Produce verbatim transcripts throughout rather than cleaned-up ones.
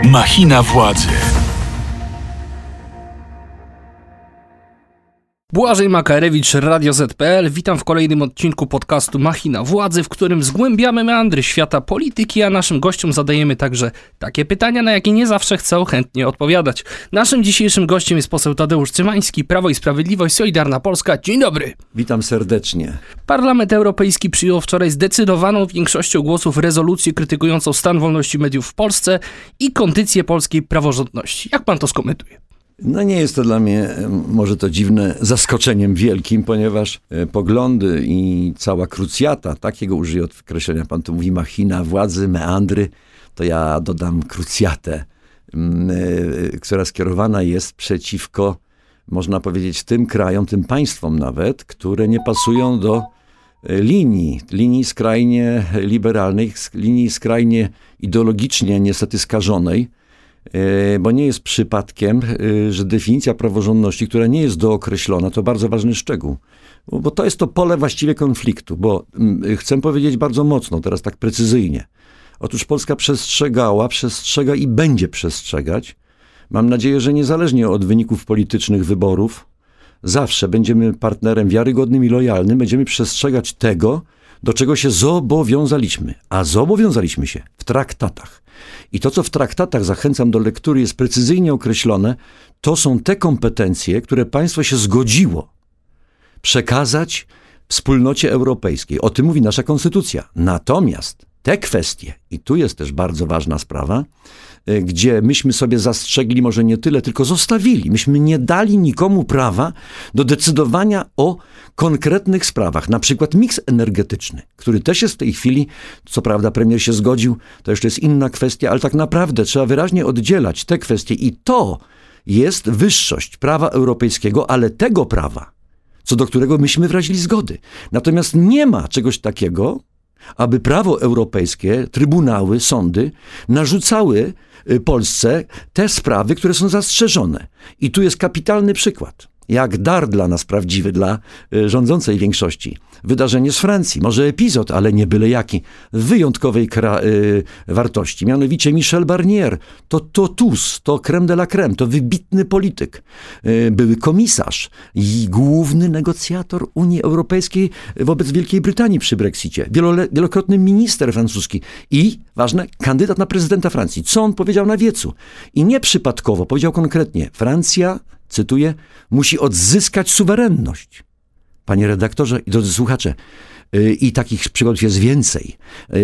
Machina władzy. Błażej Makarewicz, Radio Z kropka pe el. Witam w kolejnym odcinku podcastu Machina Władzy, w którym zgłębiamy meandry świata polityki, a naszym gościom zadajemy także takie pytania, na jakie nie zawsze chcą chętnie odpowiadać. Naszym dzisiejszym gościem jest poseł Tadeusz Cymański, Prawo i Sprawiedliwość, Solidarna Polska. Dzień dobry. Witam serdecznie. Parlament Europejski przyjął wczoraj zdecydowaną większością głosów rezolucję krytykującą stan wolności mediów w Polsce i kondycję polskiej praworządności. Jak pan to skomentuje? No nie jest to dla mnie, może to dziwne, zaskoczeniem wielkim, ponieważ poglądy i cała krucjata, takiego użyję określenia, pan tu mówi machina władzy, meandry, to ja dodam krucjatę, która skierowana jest przeciwko, można powiedzieć, tym krajom, tym państwom nawet, które nie pasują do linii, linii skrajnie liberalnej, linii skrajnie ideologicznie niestety skażonej, bo nie jest przypadkiem, że definicja praworządności, która nie jest dookreślona, to bardzo ważny szczegół, bo to jest to pole właściwie konfliktu, bo chcę powiedzieć bardzo mocno, teraz tak precyzyjnie. Otóż Polska przestrzegała, przestrzega i będzie przestrzegać. Mam nadzieję, że niezależnie od wyników politycznych wyborów, zawsze będziemy partnerem wiarygodnym i lojalnym, będziemy przestrzegać tego, do czego się zobowiązaliśmy. A zobowiązaliśmy się w traktatach. I to, co w traktatach, zachęcam do lektury, jest precyzyjnie określone, to są te kompetencje, które państwo się zgodziło przekazać wspólnocie europejskiej. O tym mówi nasza konstytucja. Natomiast te kwestie, i tu jest też bardzo ważna sprawa, gdzie myśmy sobie zastrzegli, może nie tyle, tylko zostawili. Myśmy nie dali nikomu prawa do decydowania o konkretnych sprawach. Na przykład miks energetyczny, który też jest w tej chwili, co prawda premier się zgodził, to jeszcze jest inna kwestia, ale tak naprawdę trzeba wyraźnie oddzielać te kwestie i to jest wyższość prawa europejskiego, ale tego prawa, co do którego myśmy wyrazili zgody. Natomiast nie ma czegoś takiego, aby prawo europejskie, trybunały, sądy narzucały Polsce te sprawy, które są zastrzeżone. I tu jest kapitalny przykład. Jak dar dla nas prawdziwy, dla rządzącej większości. Wydarzenie z Francji, może epizod, ale nie byle jaki, wyjątkowej kra- y, wartości. Mianowicie Michel Barnier, to, to Tusk, to crème de la crème, to wybitny polityk, y, były komisarz i główny negocjator Unii Europejskiej wobec Wielkiej Brytanii przy Brexicie, wielole- wielokrotny minister francuski i, ważne, kandydat na prezydenta Francji. Co on powiedział na wiecu? I nieprzypadkowo powiedział konkretnie, Francja, cytuję, musi odzyskać suwerenność. Panie redaktorze i drodzy słuchacze, yy, i takich przykładów jest więcej.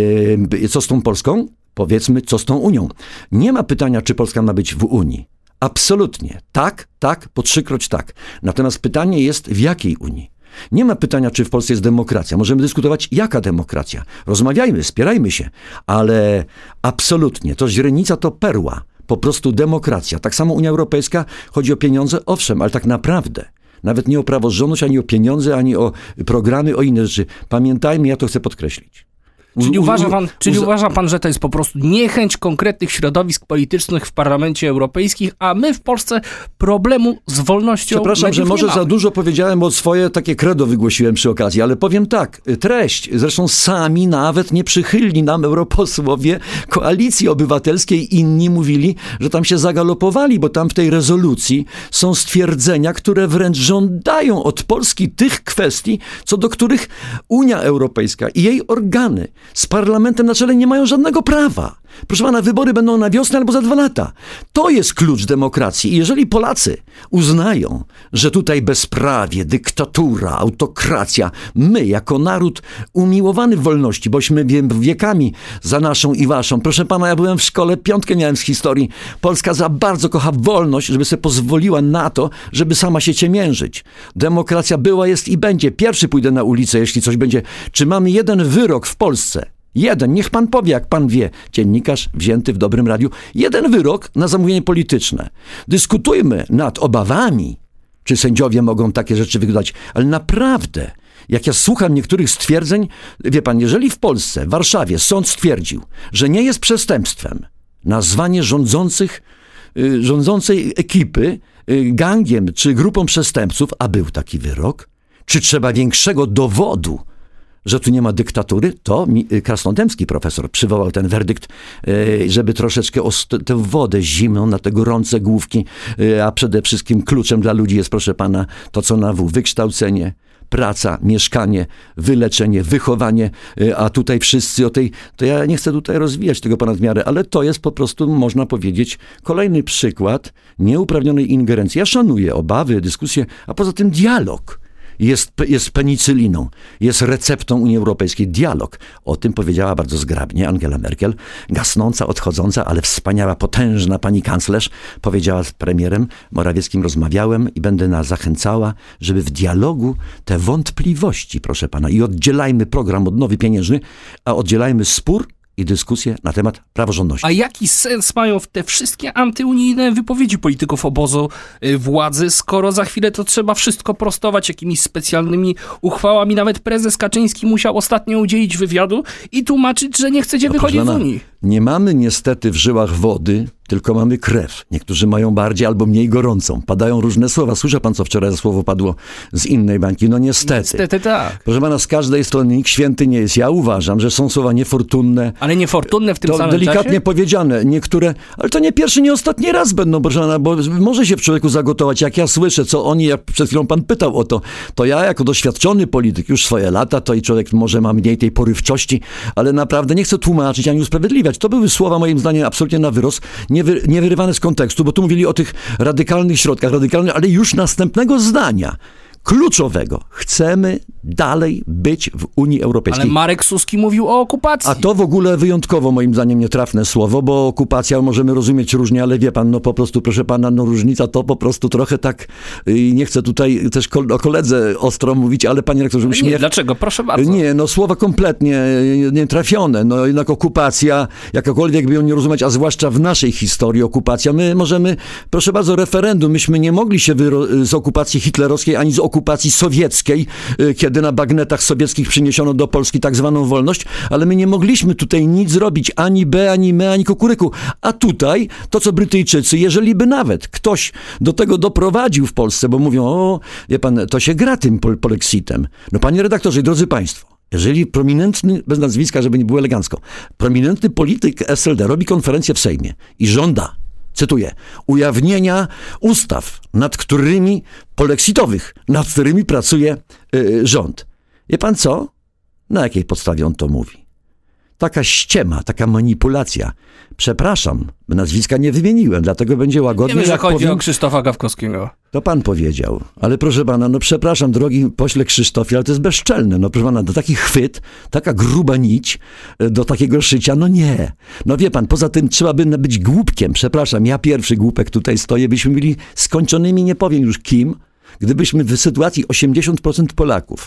Yy, co z tą Polską? Powiedzmy, co z tą Unią? Nie ma pytania, czy Polska ma być w Unii. Absolutnie. Tak, tak, po trzykroć tak. Natomiast pytanie jest, w jakiej Unii? Nie ma pytania, czy w Polsce jest demokracja. Możemy dyskutować, jaka demokracja. Rozmawiajmy, wspierajmy się, ale absolutnie, to źrenica to perła. Po prostu demokracja. Tak samo Unia Europejska, chodzi o pieniądze, owszem, ale tak naprawdę nawet nie o praworządność, ani o pieniądze, ani o programy, o inne rzeczy. Pamiętajmy, ja to chcę podkreślić. Czyli, U, uważa, u, pan, czyli u, uważa pan, że to jest po prostu niechęć konkretnych środowisk politycznych w Parlamencie Europejskim, a my w Polsce problemu z wolnością Przepraszam, że może nie za dużo powiedziałem, bo swoje takie credo wygłosiłem przy okazji, ale powiem tak, treść, zresztą sami nawet nieprzychylni nam europosłowie Koalicji Obywatelskiej, inni mówili, że tam się zagalopowali, bo tam w tej rezolucji są stwierdzenia, które wręcz żądają od Polski tych kwestii, co do których Unia Europejska i jej organy z parlamentem na czele nie mają żadnego prawa. Proszę pana, wybory będą na wiosnę albo za dwa lata. To jest klucz demokracji. I jeżeli Polacy uznają, że tutaj bezprawie, dyktatura, autokracja, my jako naród umiłowany w wolności, bośmy wiekami za naszą i waszą. Proszę pana, ja byłem w szkole, piątkę miałem z historii. Polska za bardzo kocha wolność, żeby sobie pozwoliła na to, żeby sama się ciemiężyć. Demokracja była, jest i będzie. Pierwszy pójdę na ulicę, jeśli coś będzie. Czy mamy jeden wyrok w Polsce? Jeden, niech pan powie, jak pan wie, dziennikarz wzięty w dobrym radiu, jeden wyrok na zamówienie polityczne. Dyskutujmy nad obawami, czy sędziowie mogą takie rzeczy wydać, ale naprawdę, jak ja słucham niektórych stwierdzeń, wie pan, jeżeli w Polsce, w Warszawie sąd stwierdził, że nie jest przestępstwem nazwanie rządzących, y, rządzącej ekipy y, gangiem czy grupą przestępców, a był taki wyrok, czy trzeba większego dowodu, że tu nie ma dyktatury, to mi, krasnodębski profesor przywołał ten werdykt, żeby troszeczkę tę wodę zimną na te gorące główki, a przede wszystkim kluczem dla ludzi jest, proszę pana, to co na W, wykształcenie, praca, mieszkanie, wyleczenie, wychowanie, a tutaj wszyscy o tej, to ja nie chcę tutaj rozwijać tego ponad miarę, ale to jest po prostu, można powiedzieć, kolejny przykład nieuprawnionej ingerencji. Ja szanuję obawy, dyskusje, a poza tym dialog. Jest, jest penicyliną, jest receptą Unii Europejskiej. Dialog. O tym powiedziała bardzo zgrabnie Angela Merkel, gasnąca, odchodząca, ale wspaniała, potężna pani kanclerz. Powiedziała z premierem Morawieckim, rozmawiałem i będę nas zachęcała, żeby w dialogu te wątpliwości, proszę pana, i oddzielajmy program odnowy pieniężny, a oddzielajmy spór i dyskusję na temat praworządności. A jaki sens mają te wszystkie antyunijne wypowiedzi polityków obozu władzy, skoro za chwilę to trzeba wszystko prostować jakimiś specjalnymi uchwałami? Nawet prezes Kaczyński musiał ostatnio udzielić wywiadu i tłumaczyć, że nie chcecie no, wychodzić z Unii. Nie mamy niestety w żyłach wody, tylko mamy krew. Niektórzy mają bardziej albo mniej gorącą. Padają różne słowa. Słyszał pan, co wczoraj słowo padło z innej bańki? No niestety. Niestety tak. Proszę pana, z każdej strony nikt święty nie jest. Ja uważam, że są słowa niefortunne. Ale niefortunne w tym to samym delikatnie czasie? powiedziane. Niektóre, ale to nie pierwszy, nie ostatni raz będą, proszę pana, bo może się w człowieku zagotować. Jak ja słyszę, co oni, jak przed chwilą pan pytał o to, to ja jako doświadczony polityk, już swoje lata, to i człowiek może ma mniej tej porywczości, ale naprawdę nie chcę tłumaczyć ani usprawiedliwiać. To były słowa moim zdaniem absolutnie na wyrost, nie, wy, nie wyrywane z kontekstu, bo tu mówili o tych radykalnych środkach, radykalnych, ale już następnego zdania, kluczowego. Chcemy dalej być w Unii Europejskiej. Ale Marek Suski mówił o okupacji. A to w ogóle wyjątkowo moim zdaniem nietrafne słowo, bo okupacja możemy rozumieć różnie, ale wie pan, no po prostu, proszę pana, no różnica to po prostu trochę tak, i nie chcę tutaj też o koledze ostro mówić, ale panie rektorze, uśmiech... Nie, dlaczego? Proszę bardzo. Nie, no słowa kompletnie nietrafione. No jednak okupacja, jakakolwiek by ją nie rozumieć, a zwłaszcza w naszej historii okupacja, my możemy, proszę bardzo, referendum, myśmy nie mogli się wyro- z okupacji hitlerowskiej, ani z okupacji sowieckiej, kiedy na bagnetach sowieckich przyniesiono do Polski tak zwaną wolność, ale my nie mogliśmy tutaj nic zrobić, ani B, ani me, ani kukuryku. A tutaj to, co Brytyjczycy, jeżeli by nawet ktoś do tego doprowadził w Polsce, bo mówią, o, wie pan, to się gra tym pol- polexitem. No panie redaktorze i drodzy państwo, jeżeli prominentny, bez nazwiska, żeby nie było elegancko, prominentny polityk S L D robi konferencję w Sejmie i żąda, cytuję, ujawnienia ustaw, nad którymi, polexitowych, nad którymi pracuje yy, rząd. Wie pan co? Na jakiej podstawie on to mówi? Taka ściema, taka manipulacja. Przepraszam, nazwiska nie wymieniłem, dlatego będzie łagodnie. Wiemy, że jak chodzi powiem, o Krzysztofa Gawkowskiego. To pan powiedział. Ale proszę pana, no przepraszam, drogi pośle Krzysztofie, ale to jest bezczelne. No proszę pana, do taki chwyt, taka gruba nić do takiego szycia, no nie. No wie pan, poza tym trzeba by być głupkiem. Przepraszam, ja pierwszy głupek tutaj stoję, byśmy byli skończonymi, nie powiem już kim, gdybyśmy w sytuacji osiemdziesiąt procent Polaków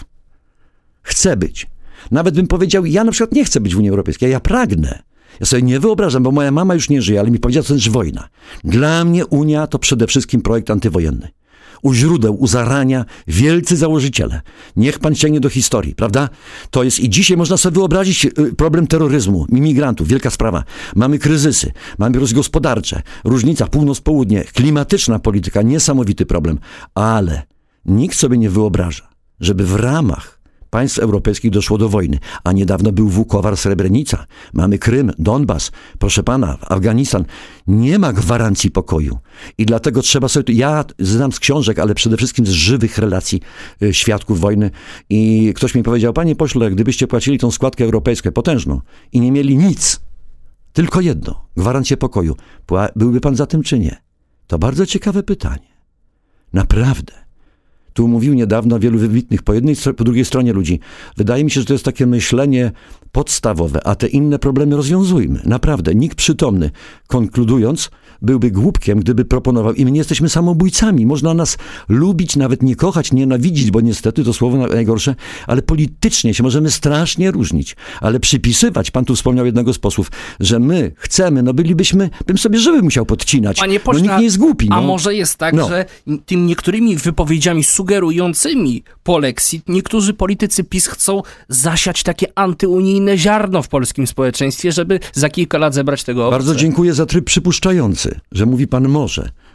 chce być. Nawet bym powiedział, ja na przykład nie chcę być w Unii Europejskiej, ja pragnę. Ja sobie nie wyobrażam, bo moja mama już nie żyje, ale mi powiedziała, co to jest wojna. Dla mnie Unia to przede wszystkim projekt antywojenny. U źródeł, u zarania wielcy założyciele. Niech pan sięgnie do historii, prawda? To jest i dzisiaj można sobie wyobrazić problem terroryzmu, imigrantów, wielka sprawa. Mamy kryzysy, mamy rozgospodarcze, różnica północ-południe, klimatyczna polityka, niesamowity problem. Ale nikt sobie nie wyobraża, żeby w ramach państw europejskich doszło do wojny, a niedawno był Wukowar, Srebrenica, mamy Krym, Donbas, proszę pana, Afganistan. Nie ma gwarancji pokoju i dlatego trzeba sobie, ja znam z książek, ale przede wszystkim z żywych relacji y, świadków wojny i ktoś mi powiedział, panie pośle, gdybyście płacili tą składkę europejską potężną i nie mieli nic, tylko jedno, gwarancję pokoju, byłby pan za tym czy nie? To bardzo ciekawe pytanie. Naprawdę. Tu mówił niedawno wielu wybitnych po jednej, po drugiej stronie ludzi. Wydaje mi się, że to jest takie myślenie podstawowe, a te inne problemy rozwiązujmy. Naprawdę, nikt przytomny, konkludując, byłby głupkiem, gdyby proponował. I my nie jesteśmy samobójcami. Można nas lubić, nawet nie kochać, nienawidzić, bo niestety to słowo najgorsze, ale politycznie się możemy strasznie różnić. Ale przypisywać, pan tu wspomniał jednego z posłów, że my chcemy, no bylibyśmy, bym sobie żyły musiał podcinać. Panie pośle, no nikt nie jest głupi. No. A może jest tak, no. że tym niektórymi wypowiedziami sugerującymi polexit, niektórzy politycy PiS chcą zasiać takie antyunijne ziarno w polskim społeczeństwie, żeby za kilka lat zebrać tego owce. Bardzo dziękuję za tryb przypuszczający, że mówi pan może.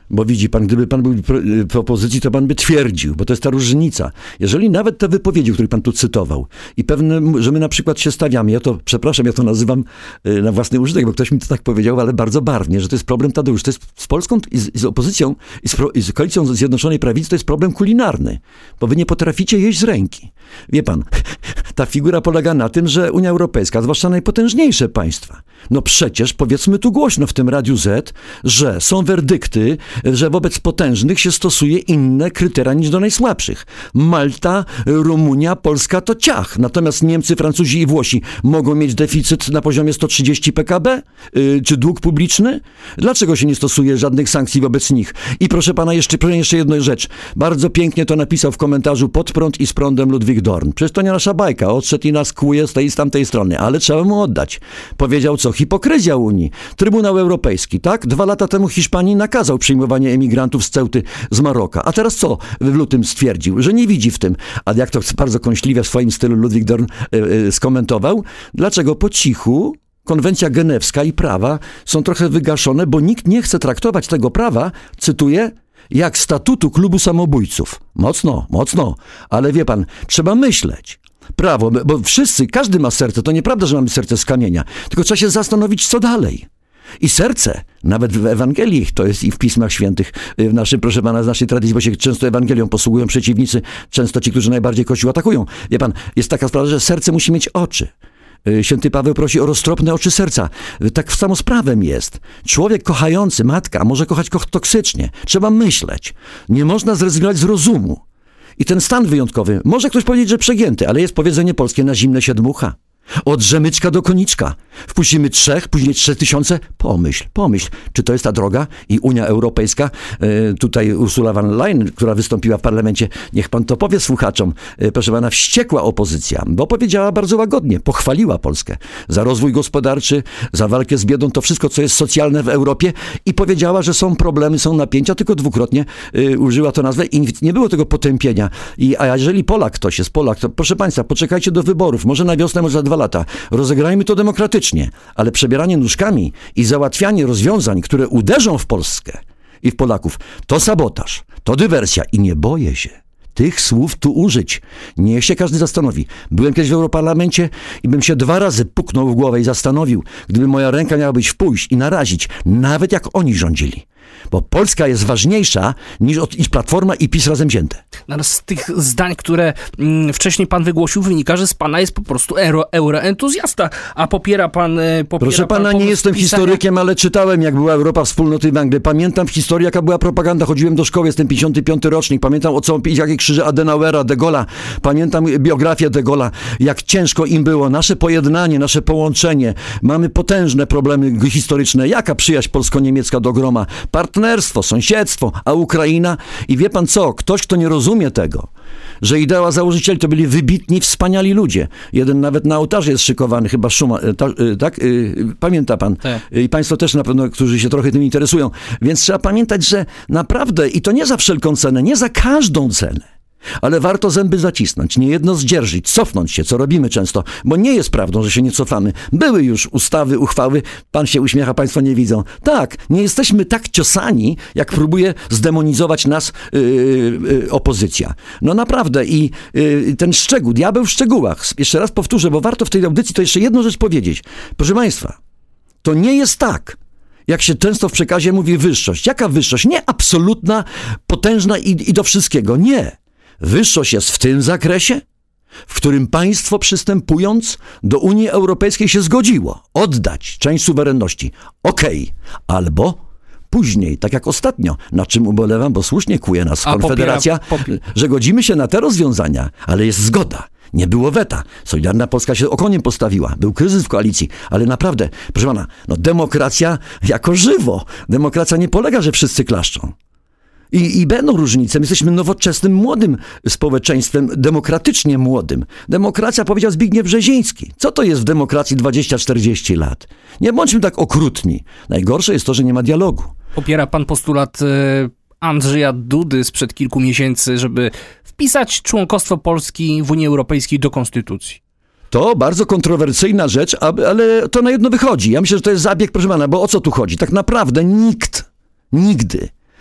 Bo widzi pan, gdyby pan był w opozycji, to pan by twierdził, bo to jest ta różnica. Jeżeli nawet te wypowiedzi, które pan tu cytował i pewne, że my na przykład się stawiamy, ja to, przepraszam, ja to nazywam na własny użytek, bo ktoś mi to tak powiedział, ale bardzo barwnie, że to jest problem, Tadeusz, to jest z Polską i z, i z opozycją i z, pro, i z koalicją Zjednoczonej Prawicy, to jest problem kulinarny, bo wy nie potraficie jeść z ręki. Wie pan, ta figura polega na tym, że Unia Europejska, zwłaszcza najpotężniejsze państwa, no przecież powiedzmy tu głośno w tym Radiu Z, że są werdykty, że wobec potężnych się stosuje inne kryteria niż do najsłabszych. Malta, Rumunia, Polska to ciach. Natomiast Niemcy, Francuzi i Włosi mogą mieć deficyt na poziomie sto trzydzieści P K B? Yy, czy dług publiczny? Dlaczego się nie stosuje żadnych sankcji wobec nich? I proszę pana, jeszcze, jeszcze jedna rzecz. Bardzo pięknie to napisał w komentarzu Pod prąd i z prądem Ludwik Dorn. Przecież to nie nasza bajka. Odszedł i nas kłuje z tej i z tamtej strony. Ale trzeba mu oddać. Powiedział co? Hipokryzja Unii. Trybunał Europejski, tak? Dwa lata temu Hiszpanii nakazał przyjmowanie emigrantów z Ceuty z Maroka. A teraz co w lutym stwierdził? Że nie widzi w tym. A jak to bardzo kąśliwie w swoim stylu Ludwik Dorn yy, yy, skomentował? Dlaczego po cichu konwencja genewska i prawa są trochę wygaszone, bo nikt nie chce traktować tego prawa, cytuję, jak statutu klubu samobójców. Mocno, mocno. Ale wie pan, trzeba myśleć. Prawo, bo wszyscy, każdy ma serce. To nieprawda, że mamy serce z kamienia. Tylko trzeba się zastanowić, co dalej. I serce, nawet w Ewangelii, to jest i w Pismach Świętych, w naszym, proszę pana, z naszej tradycji, bo się często Ewangelią posługują przeciwnicy, często ci, którzy najbardziej Kościół atakują. Wie pan, jest taka sprawa, że serce musi mieć oczy. Święty Paweł prosi o roztropne oczy serca. Tak w samą sprawę jest. Człowiek kochający, matka, może kochać toksycznie. Trzeba myśleć. Nie można zrezygnować z rozumu. I ten stan wyjątkowy, może ktoś powiedzieć, że przegięty, ale jest powiedzenie polskie, na zimne się dmucha. Od rzemyczka do koniczka. Wpuścimy trzech, później trzy tysiące. Pomyśl, pomyśl, czy to jest ta droga? I Unia Europejska, y, tutaj Ursula von der Leyen, która wystąpiła w parlamencie, niech pan to powie słuchaczom, y, proszę pana, wściekła opozycja, bo powiedziała bardzo łagodnie, pochwaliła Polskę za rozwój gospodarczy, za walkę z biedą, to wszystko, co jest socjalne w Europie i powiedziała, że są problemy, są napięcia, tylko dwukrotnie y, użyła to nazwę i nie było tego potępienia. I, a jeżeli Polak ktoś jest Polak, to proszę państwa, poczekajcie do wyborów, może na wiosnę, może za dwa lata. Rozegrajmy to demokratycznie, ale przebieranie nóżkami i załatwianie rozwiązań, które uderzą w Polskę i w Polaków, to sabotaż, to dywersja i nie boję się tych słów tu użyć. Niech się każdy zastanowi. Byłem kiedyś w Europarlamencie i bym się dwa razy puknął w głowę i zastanowił, gdyby moja ręka miała być w pójść i narazić, nawet jak oni rządzili. Bo Polska jest ważniejsza niż, niż Platforma i PiS razem wzięte. No, z tych zdań, które mm, wcześniej pan wygłosił, wynika, że z pana jest po prostu euro, euroentuzjasta, a popiera pan... Popiera Proszę pana, pan nie jestem pisania... historykiem, ale czytałem, jak była Europa Wspólnoty w Anglii. Pamiętam historię, jaka była propaganda. Chodziłem do szkoły, jestem pięćdziesiąty piąty rocznik. Pamiętam, o co jakie krzyże Adenauera, de Gaulle'a. Pamiętam biografię de Gaulle'a, jak ciężko im było. Nasze pojednanie, nasze połączenie. Mamy potężne problemy historyczne. Jaka przyjaźń polsko-niemiecka do groma. Partnerstwo, sąsiedztwo, a Ukraina. I wie pan co? Ktoś, kto nie rozumie tego, że idea założycieli to byli wybitni, wspaniali ludzie. Jeden nawet na ołtarzu jest szykowany, chyba Schumann, tak? Pamięta pan? Tak. I państwo też na pewno, którzy się trochę tym interesują. Więc trzeba pamiętać, że naprawdę, i to nie za wszelką cenę, nie za każdą cenę, ale warto zęby zacisnąć, niejedno zdzierżyć, cofnąć się, co robimy często, bo nie jest prawdą, że się nie cofamy. Były już ustawy, uchwały, pan się uśmiecha, państwo nie widzą. Tak, nie jesteśmy tak ciosani, jak próbuje zdemonizować nas yy, yy, opozycja. No naprawdę i yy, ten szczegół, diabeł w szczegółach. Jeszcze raz powtórzę, bo warto w tej audycji to jeszcze jedną rzecz powiedzieć. Proszę państwa, to nie jest tak, jak się często w przekazie mówi wyższość. Jaka wyższość? Nie absolutna, potężna i, i do wszystkiego. Nie. Wyższość jest w tym zakresie, w którym państwo przystępując do Unii Europejskiej się zgodziło oddać część suwerenności. Okej, albo później, tak jak ostatnio, na czym ubolewam, bo słusznie kłuje nas A Konfederacja, popiera, popiera. że godzimy się na te rozwiązania, ale jest zgoda. Nie było weta. Solidarna Polska się okoniem postawiła. Był kryzys w koalicji, ale naprawdę, proszę pana, no demokracja jako żywo. Demokracja nie polega, że wszyscy klaszczą. I, I będą różnice. My jesteśmy nowoczesnym, młodym społeczeństwem, demokratycznie młodym. Demokracja, powiedział Zbigniew Brzeziński. Co to jest w demokracji dwadzieścia czterdzieści lat? Nie bądźmy tak okrutni. Najgorsze jest to, że nie ma dialogu. Popiera pan postulat y, Andrzeja Dudy sprzed kilku miesięcy, żeby wpisać członkostwo Polski w Unii Europejskiej do konstytucji. To bardzo kontrowersyjna rzecz, ale to na jedno wychodzi. Ja myślę, że to jest zabieg, proszę pana, bo o co tu chodzi? Tak naprawdę nikt, nigdy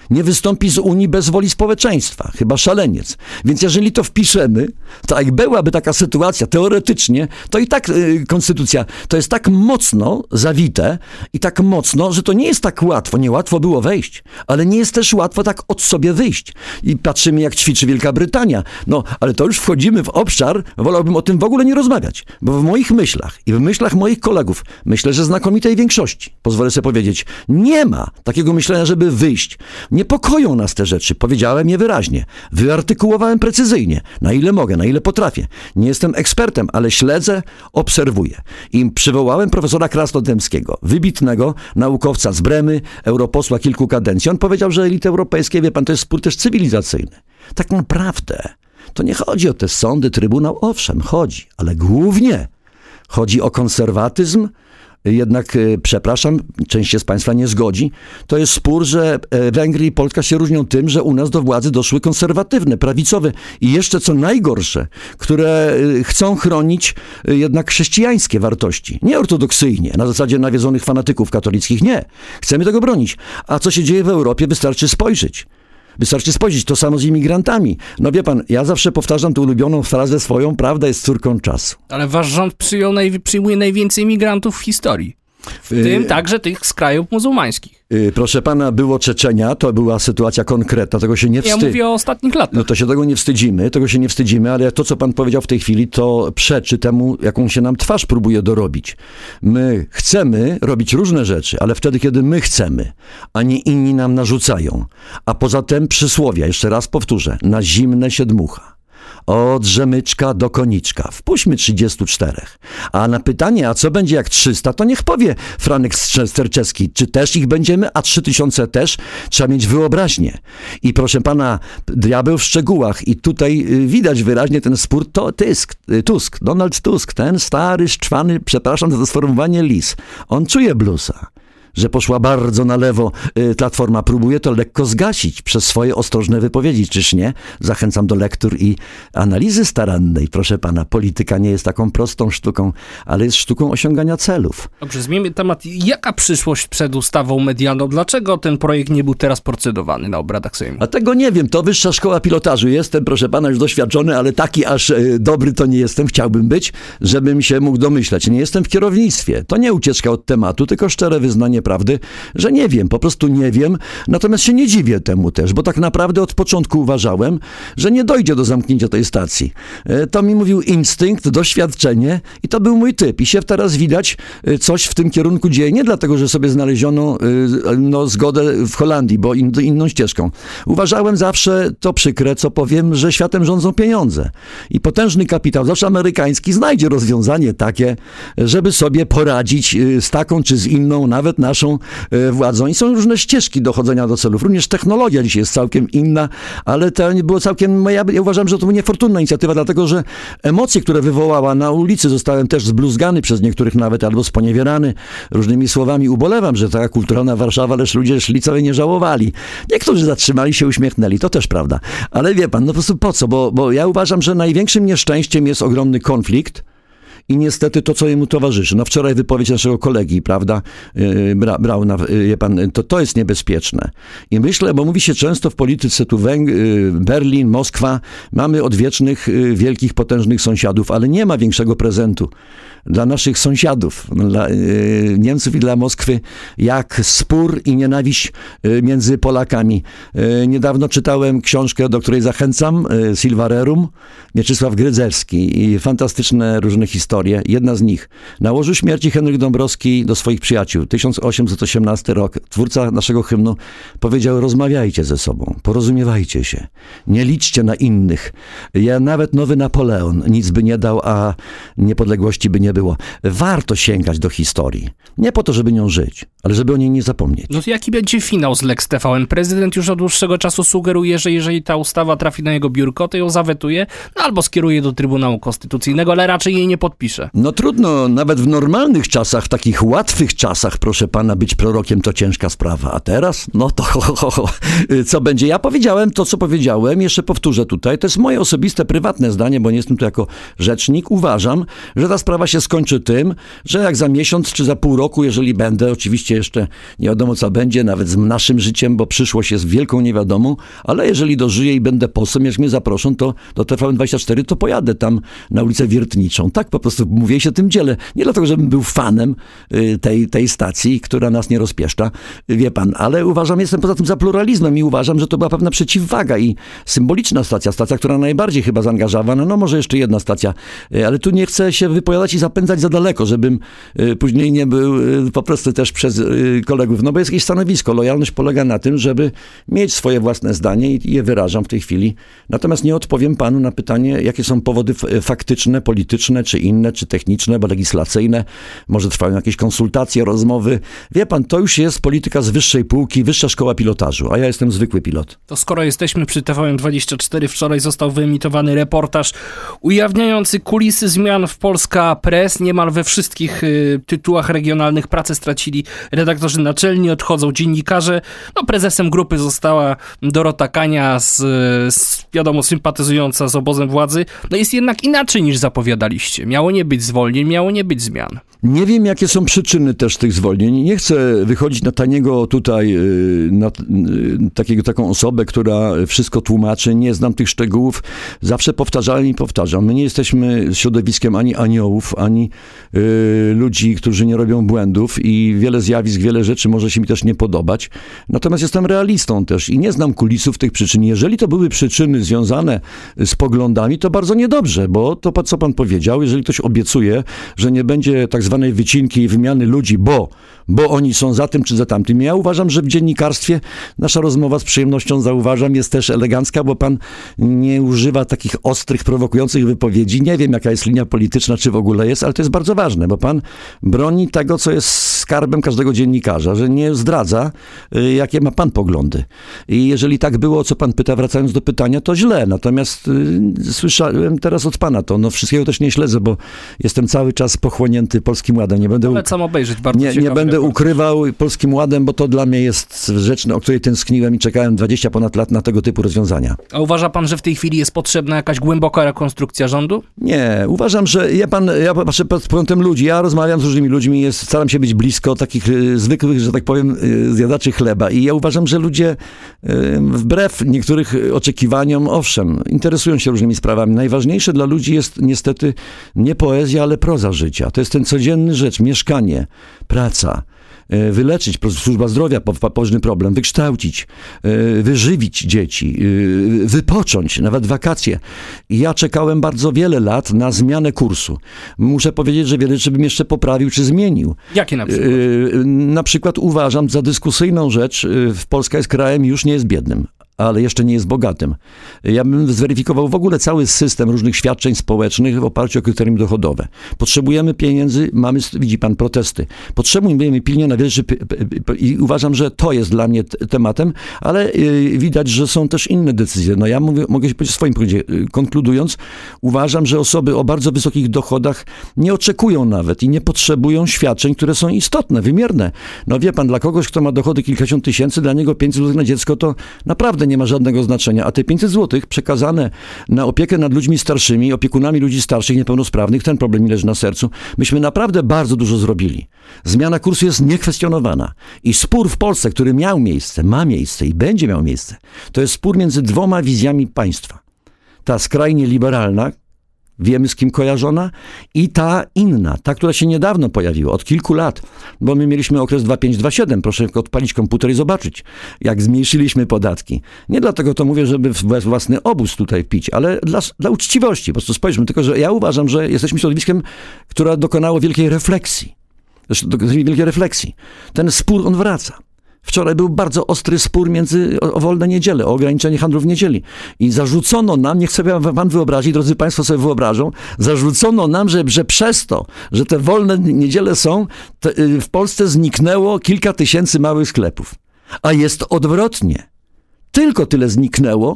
nie wystąpi z Unii bez woli społeczeństwa. Chyba szaleniec. Więc jeżeli to wpiszemy, to jak byłaby taka sytuacja teoretycznie, to i tak y, konstytucja to jest tak mocno zawite i tak mocno, że to nie jest tak łatwo. Niełatwo było wejść, ale nie jest też łatwo tak od sobie wyjść. I patrzymy, jak ćwiczy Wielka Brytania. No, ale to już wchodzimy w obszar, wolałbym o tym w ogóle nie rozmawiać, bo w moich myślach i w myślach moich kolegów, myślę, że znakomitej większości, pozwolę sobie powiedzieć, nie ma takiego myślenia, żeby wyjść. Niepokoją nas te rzeczy. Powiedziałem je wyraźnie. Wyartykułowałem precyzyjnie, na ile mogę, na ile potrafię. Nie jestem ekspertem, ale śledzę, obserwuję. I przywołałem profesora Krasnodębskiego, wybitnego naukowca z Bremy, europosła kilku kadencji. On powiedział, że elity europejskie, wie pan, to jest spór też cywilizacyjny. Tak naprawdę to nie chodzi o te sądy, trybunał, owszem, chodzi, ale głównie chodzi o konserwatyzm. Jednak, przepraszam, część się z państwa nie zgodzi, to jest spór, że Węgry i Polska się różnią tym, że u nas do władzy doszły konserwatywne, prawicowe i jeszcze co najgorsze, które chcą chronić jednak chrześcijańskie wartości. Nie ortodoksyjnie, na zasadzie nawiedzonych fanatyków katolickich, nie. Chcemy tego bronić. A co się dzieje w Europie, wystarczy spojrzeć. Wystarczy spojrzeć, to samo z imigrantami. No wie pan, ja zawsze powtarzam tę ulubioną frazę swoją, prawda jest córką czasu. Ale wasz rząd przyjął naj, przyjmuje najwięcej imigrantów w historii. W yy, tym także tych z krajów muzułmańskich. Yy, proszę pana, było Czeczenia, to była sytuacja konkretna, tego się nie wstydzimy. Ja mówię o ostatnich latach. No to się tego nie wstydzimy, tego się nie wstydzimy, ale to, co pan powiedział w tej chwili, to przeczy temu, jaką się nam twarz próbuje dorobić. My chcemy robić różne rzeczy, ale wtedy, kiedy my chcemy, a nie inni nam narzucają. A poza tym przysłowia, jeszcze raz powtórzę, na zimne się dmucha. Od rzemyczka do koniczka. Wpuśćmy trzydziestu czterech. A na pytanie, a co będzie jak trzysta, to niech powie Franek Sterczewski, czy też ich będziemy, a trzy tysiące też? Trzeba mieć wyobraźnię. I proszę pana, diabeł w szczegółach. I tutaj widać wyraźnie ten spór, to Tusk, Tusk, Donald Tusk, ten stary, szczwany, przepraszam za to sformułowanie, lis. On czuje bluesa, że poszła bardzo na lewo Platforma, próbuje to lekko zgasić przez swoje ostrożne wypowiedzi, czyż nie? Zachęcam do lektur i analizy starannej. Proszę pana, polityka nie jest taką prostą sztuką, ale jest sztuką osiągania celów. Dobrze, zmieńmy temat. Jaka przyszłość przed ustawą medialną? Dlaczego ten projekt nie był teraz procedowany na obradach Sejmu? A tego nie wiem, to wyższa szkoła pilotażu. Jestem, proszę pana, już doświadczony, ale taki aż dobry to nie jestem, chciałbym być, żebym się mógł domyślać. Nie jestem w kierownictwie. To nie ucieczka od tematu, tylko szczere wyznanie prawdy, że nie wiem, po prostu nie wiem, natomiast się nie dziwię temu też, bo tak naprawdę od początku uważałem, że nie dojdzie do zamknięcia tej stacji. To mi mówił instynkt, doświadczenie i to był mój typ. I się teraz widać coś w tym kierunku dzieje, nie dlatego, że sobie znaleziono no, zgodę w Holandii, bo in, inną ścieżką. Uważałem zawsze, to przykre, co powiem, że światem rządzą pieniądze. I potężny kapitał, zawsze amerykański, znajdzie rozwiązanie takie, żeby sobie poradzić z taką czy z inną, nawet naszą władzą. I są różne ścieżki dochodzenia do celów. Również technologia dzisiaj jest całkiem inna, ale to nie było całkiem, ja, ja uważam, że to była niefortunna inicjatywa, dlatego, że emocje, które wywołała na ulicy, zostałem też zbluzgany przez niektórych nawet, albo sponiewierany różnymi słowami. Ubolewam, że taka kulturalna Warszawa, lecz ludzie szli, co nie żałowali. Niektórzy zatrzymali się, uśmiechnęli, to też prawda. Ale wie pan, no po prostu po co? Bo, bo ja uważam, że największym nieszczęściem jest ogromny konflikt, i niestety to, co jemu towarzyszy. No wczoraj wypowiedź naszego kolegi, prawda, Bra, Brauna, wie pan, to, to jest niebezpieczne. I myślę, bo mówi się często w polityce, tu Węg Berlin, Moskwa, mamy odwiecznych, wielkich, potężnych sąsiadów, ale nie ma większego prezentu dla naszych sąsiadów, dla Niemców i dla Moskwy, jak spór i nienawiść między Polakami. Niedawno czytałem książkę, do której zachęcam, Silva Rerum, Mieczysław Grydzewski i fantastyczne różne historie. Jedna z nich. Na łożu śmierci Henryk Dąbrowski do swoich przyjaciół, tysiąc osiemset osiemnasty rok, twórca naszego hymnu, powiedział: rozmawiajcie ze sobą, porozumiewajcie się, nie liczcie na innych. Ja nawet nowy Napoleon nic by nie dał, a niepodległości by nie było. Warto sięgać do historii. Nie po to, żeby nią żyć, ale żeby o niej nie zapomnieć. No to jaki będzie finał z Lex T V N? Prezydent już od dłuższego czasu sugeruje, że jeżeli ta ustawa trafi na jego biurko, to ją zawetuje, no albo skieruje do Trybunału Konstytucyjnego, ale raczej jej nie podpisze. pisze. No trudno, nawet w normalnych czasach, w takich łatwych czasach, proszę pana, być prorokiem to ciężka sprawa. A teraz? No to ho, ho, ho. Co będzie? Ja powiedziałem to, co powiedziałem, jeszcze powtórzę tutaj. To jest moje osobiste, prywatne zdanie, bo nie jestem tu jako rzecznik. Uważam, że ta sprawa się skończy tym, że jak za miesiąc czy za pół roku, jeżeli będę, oczywiście jeszcze nie wiadomo co będzie, nawet z naszym życiem, bo przyszłość jest wielką niewiadomą, ale jeżeli dożyję i będę posłem, jak mnie zaproszą, to do T V N dwadzieścia cztery, to pojadę tam na ulicę Wiertniczą. Tak po prostu mówię i się tym dzielę. Nie dlatego, żebym był fanem tej, tej stacji, która nas nie rozpieszcza, wie pan, ale uważam, jestem poza tym za pluralizmem i uważam, że to była pewna przeciwwaga i symboliczna stacja, stacja, która najbardziej chyba zaangażowana, no może jeszcze jedna stacja, ale tu nie chcę się wypowiadać i zapędzać za daleko, żebym później nie był po prostu też przez kolegów, no bo jest jakieś stanowisko. Lojalność polega na tym, żeby mieć swoje własne zdanie i je wyrażam w tej chwili. Natomiast nie odpowiem panu na pytanie, jakie są powody faktyczne, polityczne, czy inne, czy techniczne, bo legislacyjne. Może trwają jakieś konsultacje, rozmowy. Wie pan, to już jest polityka z wyższej półki, wyższa szkoła pilotażu, a ja jestem zwykły pilot. To skoro jesteśmy przy T V N dwadzieścia cztery, wczoraj został wyemitowany reportaż ujawniający kulisy zmian w Polska Press. Niemal we wszystkich y, tytułach regionalnych pracę stracili redaktorzy naczelni, odchodzą dziennikarze. No, prezesem grupy została Dorota Kania, z, z, wiadomo, sympatyzująca z obozem władzy. No jest jednak inaczej niż zapowiadaliście. Miało nie być zwolnień, miało nie być zmian. Nie wiem, jakie są przyczyny też tych zwolnień. Nie chcę wychodzić na taniego tutaj, na takiego, taką osobę, która wszystko tłumaczy. Nie znam tych szczegółów. Zawsze powtarzałem i powtarzam. My nie jesteśmy środowiskiem ani aniołów, ani y, ludzi, którzy nie robią błędów i wiele zjawisk, wiele rzeczy może się mi też nie podobać. Natomiast jestem realistą też i nie znam kulisów tych przyczyn. Jeżeli to były przyczyny związane z poglądami, to bardzo niedobrze, bo to, co pan powiedział, jeżeli ktoś obiecuje, że nie będzie tak zwanej wycinki i wymiany ludzi, bo, bo oni są za tym czy za tamtym. Ja uważam, że w dziennikarstwie nasza rozmowa z przyjemnością zauważam jest też elegancka, bo pan nie używa takich ostrych, prowokujących wypowiedzi. Nie wiem, jaka jest linia polityczna, czy w ogóle jest, ale to jest bardzo ważne, bo pan broni tego, co jest skarbem każdego dziennikarza, że nie zdradza, jakie ma pan poglądy. I jeżeli tak było, o co pan pyta, wracając do pytania, to źle. Natomiast y, słyszałem teraz od pana to. No wszystkiego też nie śledzę, bo jestem cały czas pochłonięty Polskim Ładem. Nie będę, Polecam obejrzeć, bardzo nie, nie będę ukrywał Polskim Ładem, bo to dla mnie jest rzecz, o której tęskniłem i czekałem dwadzieścia ponad lat na tego typu rozwiązania. A uważa pan, że w tej chwili jest potrzebna jakaś głęboka rekonstrukcja rządu? Nie. Uważam, że ja pan, ja patrzę pod kątem ludzi. Ja rozmawiam z różnymi ludźmi, jest, staram się być blisko takich y, zwykłych, że tak powiem, y, zjadaczy chleba. I ja uważam, że ludzie y, wbrew niektórych oczekiwaniom, owszem, interesują się różnymi sprawami. Najważniejsze dla ludzi jest niestety nie poezja, ale proza życia. To jest ten codzienny rzecz, mieszkanie, praca, wyleczyć, służba zdrowia, poważny problem, wykształcić, wyżywić dzieci, wypocząć, nawet wakacje. Ja czekałem bardzo wiele lat na zmianę kursu. Muszę powiedzieć, że wiele rzeczy bym jeszcze poprawił czy zmienił. Jakie na przykład? Na przykład uważam za dyskusyjną rzecz, Polska jest krajem, już nie jest biednym, ale jeszcze nie jest bogatym. Ja bym zweryfikował w ogóle cały system różnych świadczeń społecznych w oparciu o kryterium dochodowe. Potrzebujemy pieniędzy, mamy, widzi pan, protesty. Potrzebujemy pilnie na wiele rzeczy i uważam, że to jest dla mnie tematem, ale widać, że są też inne decyzje. No ja mówię, mogę się powiedzieć o swoim punkcie. Konkludując, uważam, że osoby o bardzo wysokich dochodach nie oczekują nawet i nie potrzebują świadczeń, które są istotne, wymierne. No wie pan, dla kogoś, kto ma dochody kilkadziesiąt tysięcy, dla niego pięćset złotych na dziecko to naprawdę nie ma żadnego znaczenia, a te pięćset złotych przekazane na opiekę nad ludźmi starszymi, opiekunami ludzi starszych, niepełnosprawnych, ten problem mi leży na sercu, myśmy naprawdę bardzo dużo zrobili. Zmiana kursu jest niekwestionowana i spór w Polsce, który miał miejsce, ma miejsce i będzie miał miejsce, to jest spór między dwoma wizjami państwa. Ta skrajnie liberalna, wiemy z kim kojarzona, i ta inna, ta, która się niedawno pojawiła, od kilku lat, bo my mieliśmy okres dwa pięć dwa siedem, proszę odpalić komputer i zobaczyć, jak zmniejszyliśmy podatki. Nie dlatego to mówię, żeby własny obóz tutaj pić, ale dla, dla uczciwości, po prostu spojrzmy, tylko że ja uważam, że jesteśmy środowiskiem, które dokonało wielkiej refleksji. Zresztą wielkiej refleksji. Ten spór, on wraca. Wczoraj był bardzo ostry spór między o, o wolne niedziele, o ograniczenie handlu w niedzieli. I zarzucono nam, niech sobie pan wyobrazi, drodzy państwo sobie wyobrażą, zarzucono nam, że, że przez to, że te wolne niedziele są, te, w Polsce zniknęło kilka tysięcy małych sklepów. A jest odwrotnie. Tylko tyle zniknęło,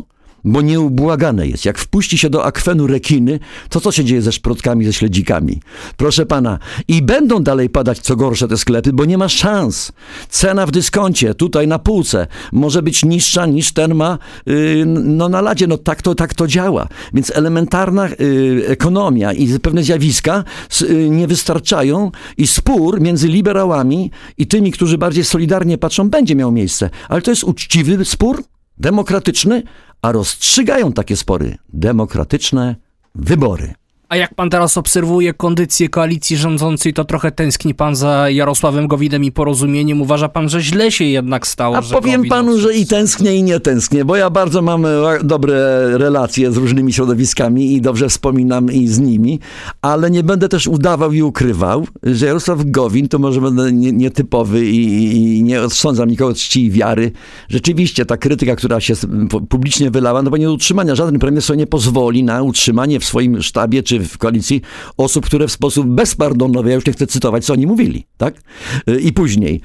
Bo nieubłagane jest. Jak wpuści się do akwenu rekiny, to co się dzieje ze szprotkami, ze śledzikami? Proszę pana, i będą dalej padać co gorsze te sklepy, bo nie ma szans. Cena w dyskoncie, tutaj na półce, może być niższa niż ten ma yy, no na ladzie. No tak to, tak to działa. Więc elementarna yy, ekonomia i pewne zjawiska yy, nie wystarczają i spór między liberałami i tymi, którzy bardziej solidarnie patrzą, będzie miał miejsce. Ale to jest uczciwy spór, demokratyczny, a rozstrzygają takie spory demokratyczne wybory. A jak pan teraz obserwuje kondycję koalicji rządzącej, to trochę tęskni pan za Jarosławem Gowinem i Porozumieniem. Uważa pan, że źle się jednak stało? A że powiem Gowin panu, odszedł? że i tęsknię, i nie tęsknię, bo ja bardzo mam dobre relacje z różnymi środowiskami i dobrze wspominam i z nimi, ale nie będę też udawał i ukrywał, że Jarosław Gowin, to może będę nietypowy i, i nie odsądzam nikogo od czci i wiary. Rzeczywiście ta krytyka, która się publicznie wylała, no bo nie do utrzymania, żaden premier sobie nie pozwoli na utrzymanie w swoim sztabie czy w koalicji osób, które w sposób bezpardonowy, ja już nie chcę cytować, co oni mówili, tak? I później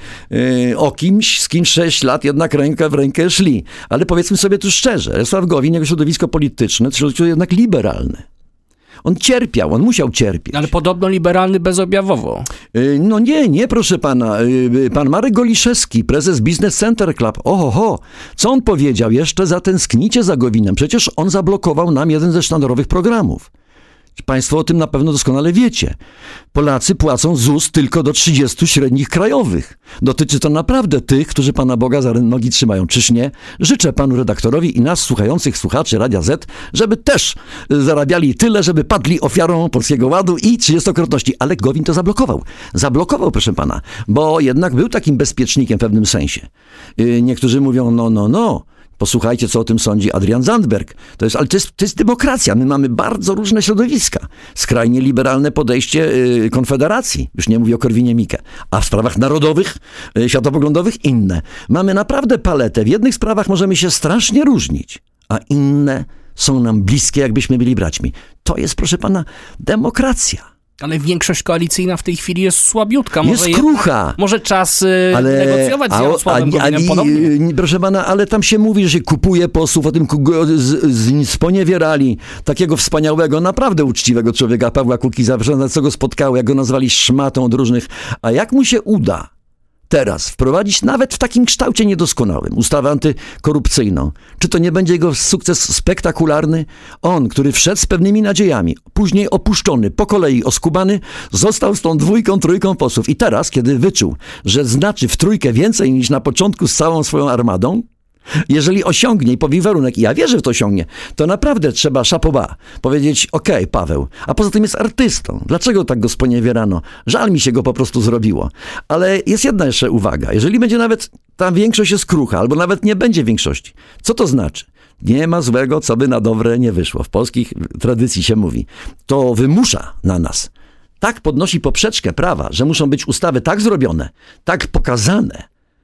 o kimś, z kim sześć lat jednak ręka w rękę szli. Ale powiedzmy sobie tu szczerze, Jarosław Gowin, jego środowisko polityczne, to środowisko jednak liberalne. On cierpiał, on musiał cierpieć. Ale podobno liberalny bezobjawowo. No nie, nie, proszę pana. Pan Marek Goliszewski, prezes Business Center Club, oho, co on powiedział? Jeszcze zatęsknicie za Gowinem. Przecież on zablokował nam jeden ze sztandarowych programów. Państwo o tym na pewno doskonale wiecie. Polacy płacą ZUS tylko do trzydziestu średnich krajowych. Dotyczy to naprawdę tych, którzy Pana Boga za nogi trzymają. Czyż nie? Życzę Panu redaktorowi i nas słuchających słuchaczy Radia Z, żeby też zarabiali tyle, żeby padli ofiarą Polskiego Ładu i trzydziestokrotności. Ale Gowin to zablokował. Zablokował, proszę Pana, bo jednak był takim bezpiecznikiem w pewnym sensie. Niektórzy mówią, no, no, no. Posłuchajcie, co o tym sądzi Adrian Zandberg. To jest, ale to jest, to jest demokracja. My mamy bardzo różne środowiska. Skrajnie liberalne podejście yy, Konfederacji. Już nie mówię o Korwinie-Mikke. A w sprawach narodowych, yy, światopoglądowych inne. Mamy naprawdę paletę. W jednych sprawach możemy się strasznie różnić, a inne są nam bliskie, jakbyśmy byli braćmi. To jest, proszę pana, demokracja. Ale większość koalicyjna w tej chwili jest słabiutka. Może jest je, krucha. Może czas y, ale, negocjować z Jarosławem Gowinem podobnie. Proszę pana, ale tam się mówi, że się kupuje posłów, o tym z, z, sponiewierali takiego wspaniałego, naprawdę uczciwego człowieka, Pawła Kukiza, na co go spotkało, jak go nazwali szmatą od różnych. A jak mu się uda teraz wprowadzić nawet w takim kształcie niedoskonałym ustawę antykorupcyjną? Czy to nie będzie jego sukces spektakularny? On, który wszedł z pewnymi nadziejami, później opuszczony, po kolei oskubany, został z tą dwójką, trójką posłów. I teraz, kiedy wyczuł, że znaczy w trójkę więcej niż na początku z całą swoją armadą, jeżeli osiągnie i powie warunek, i ja wierzę w to osiągnie, to naprawdę trzeba szapoba powiedzieć, okej, okay, Paweł, a poza tym jest artystą. Dlaczego tak go sponiewierano? Żal mi się go po prostu zrobiło. Ale jest jedna jeszcze uwaga. Jeżeli będzie nawet ta większość jest krucha, albo nawet nie będzie większości, co to znaczy? Nie ma złego, co by na dobre nie wyszło. W polskich tradycji się mówi. To wymusza na nas. Tak podnosi poprzeczkę prawa, że muszą być ustawy tak zrobione, tak pokazane,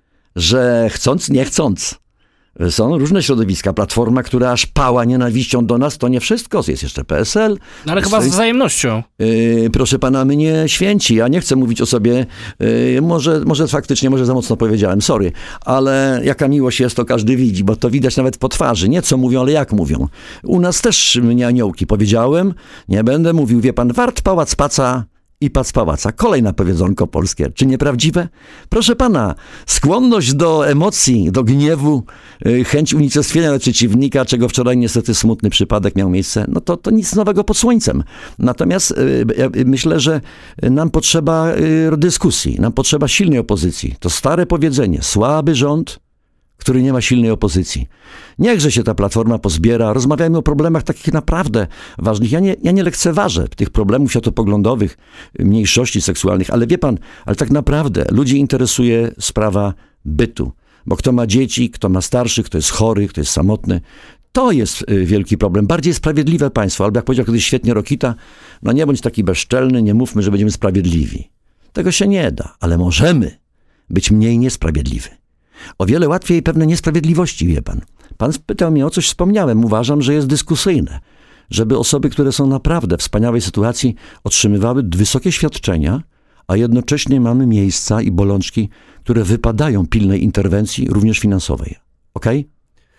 że chcąc, nie chcąc, są różne środowiska. Platforma, która aż pała nienawiścią do nas, to nie wszystko. Jest jeszcze P S L. No ale chyba z wzajemnością. Yy, proszę pana, my nie święci. Ja nie chcę mówić o sobie, yy, może, może faktycznie, może za mocno powiedziałem, sorry, ale jaka miłość jest, to każdy widzi, bo to widać nawet po twarzy. Nie co mówią, ale jak mówią. U nas też mnie aniołki. Powiedziałem, nie będę mówił, wie pan, wart pałac paca i pac pałaca. Kolejna powiedzonko polskie. Czy nieprawdziwe? Proszę pana, skłonność do emocji, do gniewu, yy, chęć unicestwienia przeciwnika, czego wczoraj niestety smutny przypadek miał miejsce, no to, to nic nowego pod słońcem. Natomiast yy, ja myślę, że nam potrzeba yy, dyskusji, nam potrzeba silnej opozycji. To stare powiedzenie, słaby rząd, który nie ma silnej opozycji. Niechże się ta Platforma pozbiera, rozmawiajmy o problemach takich naprawdę ważnych. Ja nie, ja nie lekceważę tych problemów światopoglądowych, mniejszości seksualnych, ale wie pan, ale tak naprawdę ludzi interesuje sprawa bytu. Bo kto ma dzieci, kto ma starszych, kto jest chory, kto jest samotny, to jest wielki problem. Bardziej sprawiedliwe państwo, albo jak powiedział kiedyś świetnie Rokita, no nie bądź taki bezczelny, nie mówmy, że będziemy sprawiedliwi. Tego się nie da, ale możemy być mniej niesprawiedliwi. O wiele łatwiej pewne niesprawiedliwości, wie pan. Pan spytał mnie o coś, wspomniałem. Uważam, że jest dyskusyjne, żeby osoby, które są naprawdę w wspaniałej sytuacji, otrzymywały wysokie świadczenia, a jednocześnie mamy miejsca i bolączki, które wypadają pilnej interwencji, również finansowej. Okej? Okay?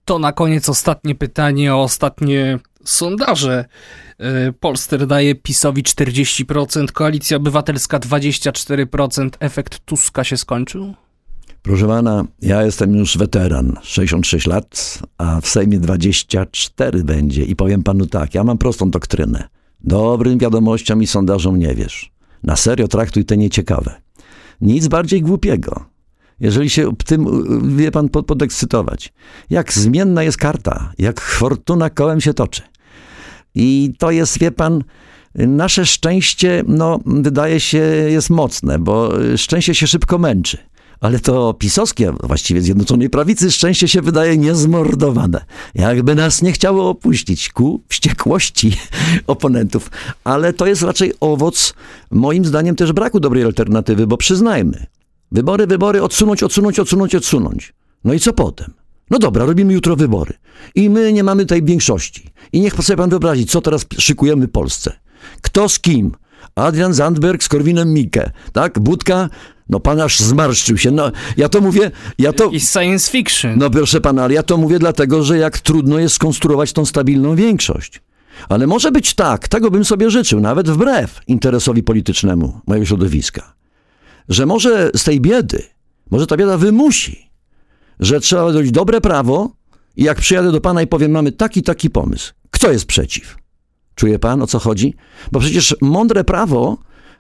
To na koniec ostatnie pytanie o ostatnie sondaże. Polster daje PiS-owi czterdzieści procent, Koalicja Obywatelska dwadzieścia cztery procent. Efekt Tuska się skończył? Proszę pana, ja jestem już weteran, sześćdziesiąt sześć lat, a w Sejmie dwadzieścia cztery będzie i powiem panu tak, ja mam prostą doktrynę. Dobrym wiadomościom i sondażom nie wierz. Na serio traktuj te nieciekawe. Nic bardziej głupiego. Jeżeli się tym, wie pan, podekscytować. Jak zmienna jest karta, jak fortuna kołem się toczy. I to jest, wie pan, nasze szczęście, no, wydaje się, jest mocne, bo szczęście się szybko męczy. Ale to pisowskie, właściwie Zjednoczonej Prawicy, szczęście się wydaje niezmordowane. Jakby nas nie chciało opuścić ku wściekłości oponentów. Ale to jest raczej owoc, moim zdaniem, też braku dobrej alternatywy, bo przyznajmy, wybory, wybory, odsunąć, odsunąć, odsunąć, odsunąć. No i co potem? No dobra, robimy jutro wybory. I my nie mamy tej większości. I niech sobie pan wyobrazi, co teraz szykujemy Polsce. Kto z kim? Adrian Zandberg z Korwinem-Mikke, tak? Budka, no pan aż zmarszczył się. No, ja to mówię, ja to... Jakiś science fiction. No proszę pana, ale ja to mówię dlatego, że jak trudno jest skonstruować tą stabilną większość. Ale może być tak, tego bym sobie życzył, nawet wbrew interesowi politycznemu mojego środowiska. Że może z tej biedy, może ta bieda wymusi, że trzeba zrobić dobre prawo i jak przyjadę do pana i powiem, mamy taki, taki pomysł. Kto jest przeciw? Czuje pan, o co chodzi? Bo przecież mądre prawo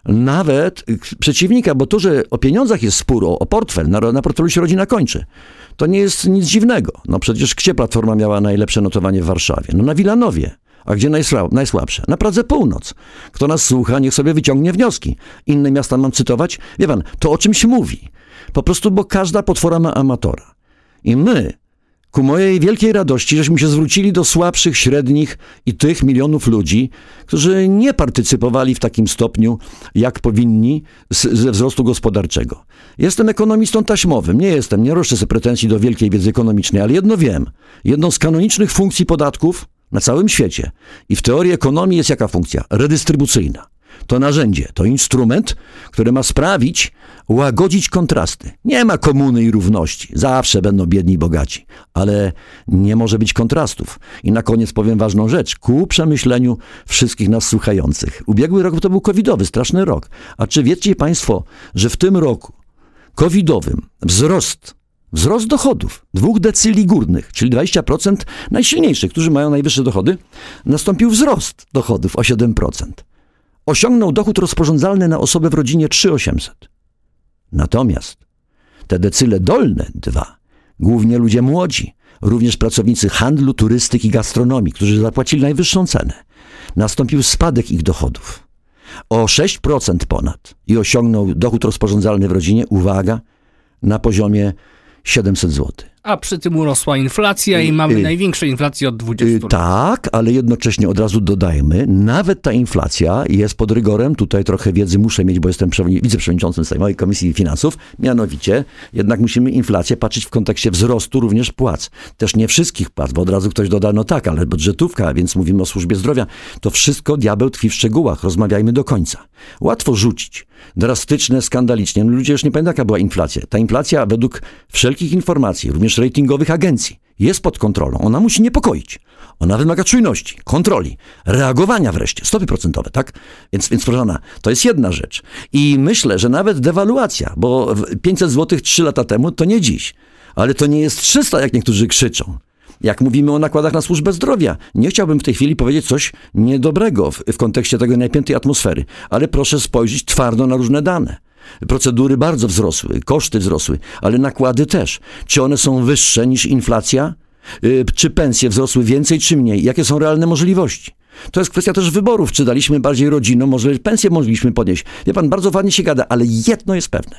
nawet przeciwnika, bo tu, że o pieniądzach jest spór, o, o portfel, na, na portfelu się rodzina kończy. To nie jest nic dziwnego. No przecież gdzie Platforma miała najlepsze notowanie w Warszawie? No na Wilanowie. A gdzie najsła, najsłabsze? Na Pradze Północ. Kto nas słucha, niech sobie wyciągnie wnioski. Inne miasta mam cytować? Wie pan, to o czymś mówi. Po prostu, bo każda potwora ma amatora. I my, ku mojej wielkiej radości, żeśmy się zwrócili do słabszych, średnich i tych milionów ludzi, którzy nie partycypowali w takim stopniu, jak powinni z, ze wzrostu gospodarczego. Jestem ekonomistą taśmowym, nie jestem, nie roszczę sobie pretensji do wielkiej wiedzy ekonomicznej, ale jedno wiem. Jedną z kanonicznych funkcji podatków na całym świecie i w teorii ekonomii jest jaka funkcja? Redystrybucyjna. To narzędzie, to instrument, który ma sprawić, łagodzić kontrasty. Nie ma komuny i równości. Zawsze będą biedni i bogaci. Ale nie może być kontrastów. I na koniec powiem ważną rzecz. Ku przemyśleniu wszystkich nas słuchających. Ubiegły rok to był covidowy, straszny rok. A czy wiecie państwo, że w tym roku covidowym wzrost Wzrost dochodów dwóch decyli górnych, czyli dwadzieścia procent najsilniejszych, którzy mają najwyższe dochody, nastąpił wzrost dochodów o siedem procent. Osiągnął dochód rozporządzalny na osobę w rodzinie trzy tysiące osiemset. Natomiast te decyle dolne, dwa, głównie ludzie młodzi, również pracownicy handlu, turystyki, gastronomii, którzy zapłacili najwyższą cenę, nastąpił spadek ich dochodów o sześć procent ponad i osiągnął dochód rozporządzalny w rodzinie, uwaga, na poziomie siedemset złotych. A przy tym urosła inflacja i, i mamy y, największą inflację od dwudziestu lat. Tak, ale jednocześnie od razu dodajmy, nawet ta inflacja jest pod rygorem, tutaj trochę wiedzy muszę mieć, bo jestem wiceprzewodniczącym Sejmowej Komisji Finansów, mianowicie jednak musimy inflację patrzeć w kontekście wzrostu również płac. Też nie wszystkich płac, bo od razu ktoś doda, no tak, ale budżetówka, więc mówimy o służbie zdrowia. To wszystko diabeł tkwi w szczegółach, rozmawiajmy do końca. Łatwo rzucić, drastyczne, skandalicznie. No ludzie już nie pamiętają, jaka była inflacja. Ta inflacja według wszelkich informacji, również ratingowych agencji, jest pod kontrolą. Ona musi niepokoić. Ona wymaga czujności, kontroli, reagowania wreszcie, stopy procentowe, tak? Więc, więc proszę pana, to jest jedna rzecz. I myślę, że nawet dewaluacja, bo pięćset złotych trzy lata temu to nie dziś, ale to nie jest trzysta, jak niektórzy krzyczą. Jak mówimy o nakładach na służbę zdrowia, nie chciałbym w tej chwili powiedzieć coś niedobrego w, w kontekście tego napiętej atmosfery, ale proszę spojrzeć twardo na różne dane. Procedury bardzo wzrosły, koszty wzrosły, ale nakłady też. Czy one są wyższe niż inflacja? Yy, czy pensje wzrosły więcej, czy mniej? Jakie są realne możliwości? To jest kwestia też wyborów. Czy daliśmy bardziej rodzinom, może pensje mogliśmy podnieść. Wie pan, bardzo ładnie się gada, ale jedno jest pewne.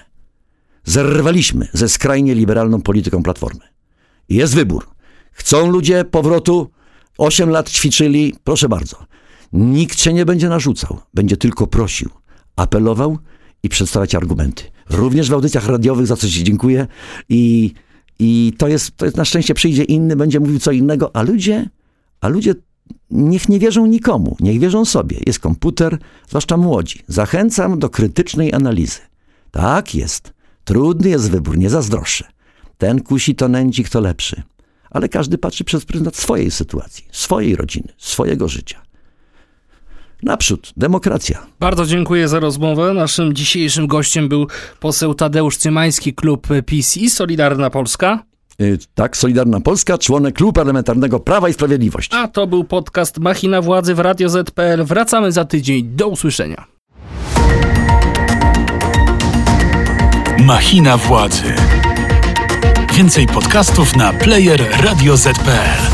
Zerwaliśmy ze skrajnie liberalną polityką Platformy. Jest wybór. Chcą ludzie powrotu, osiem lat ćwiczyli, proszę bardzo. Nikt się nie będzie narzucał, będzie tylko prosił, apelował i przedstawiać argumenty. Również w audycjach radiowych, za co ci dziękuję. I, i to, jest, to jest na szczęście przyjdzie inny, będzie mówił co innego, a ludzie, a ludzie niech nie wierzą nikomu, niech wierzą sobie. Jest komputer, zwłaszcza młodzi. Zachęcam do krytycznej analizy. Tak jest. Trudny jest wybór, nie zazdroszczę. Ten kusi, to nędzi, kto lepszy. ale każdy patrzy przez pryzmat swojej sytuacji, swojej rodziny, swojego życia. Naprzód, demokracja. Bardzo dziękuję za rozmowę. Naszym dzisiejszym gościem był poseł Tadeusz Cymański, klub PiS i Solidarna Polska. Yy, tak, Solidarna Polska, członek Klubu Parlamentarnego Prawa i Sprawiedliwości. A to był podcast Machina Władzy w Radio Z kropka pe el. Wracamy za tydzień. Do usłyszenia. Machina Władzy. Więcej podcastów na player radio zet kropka pe el.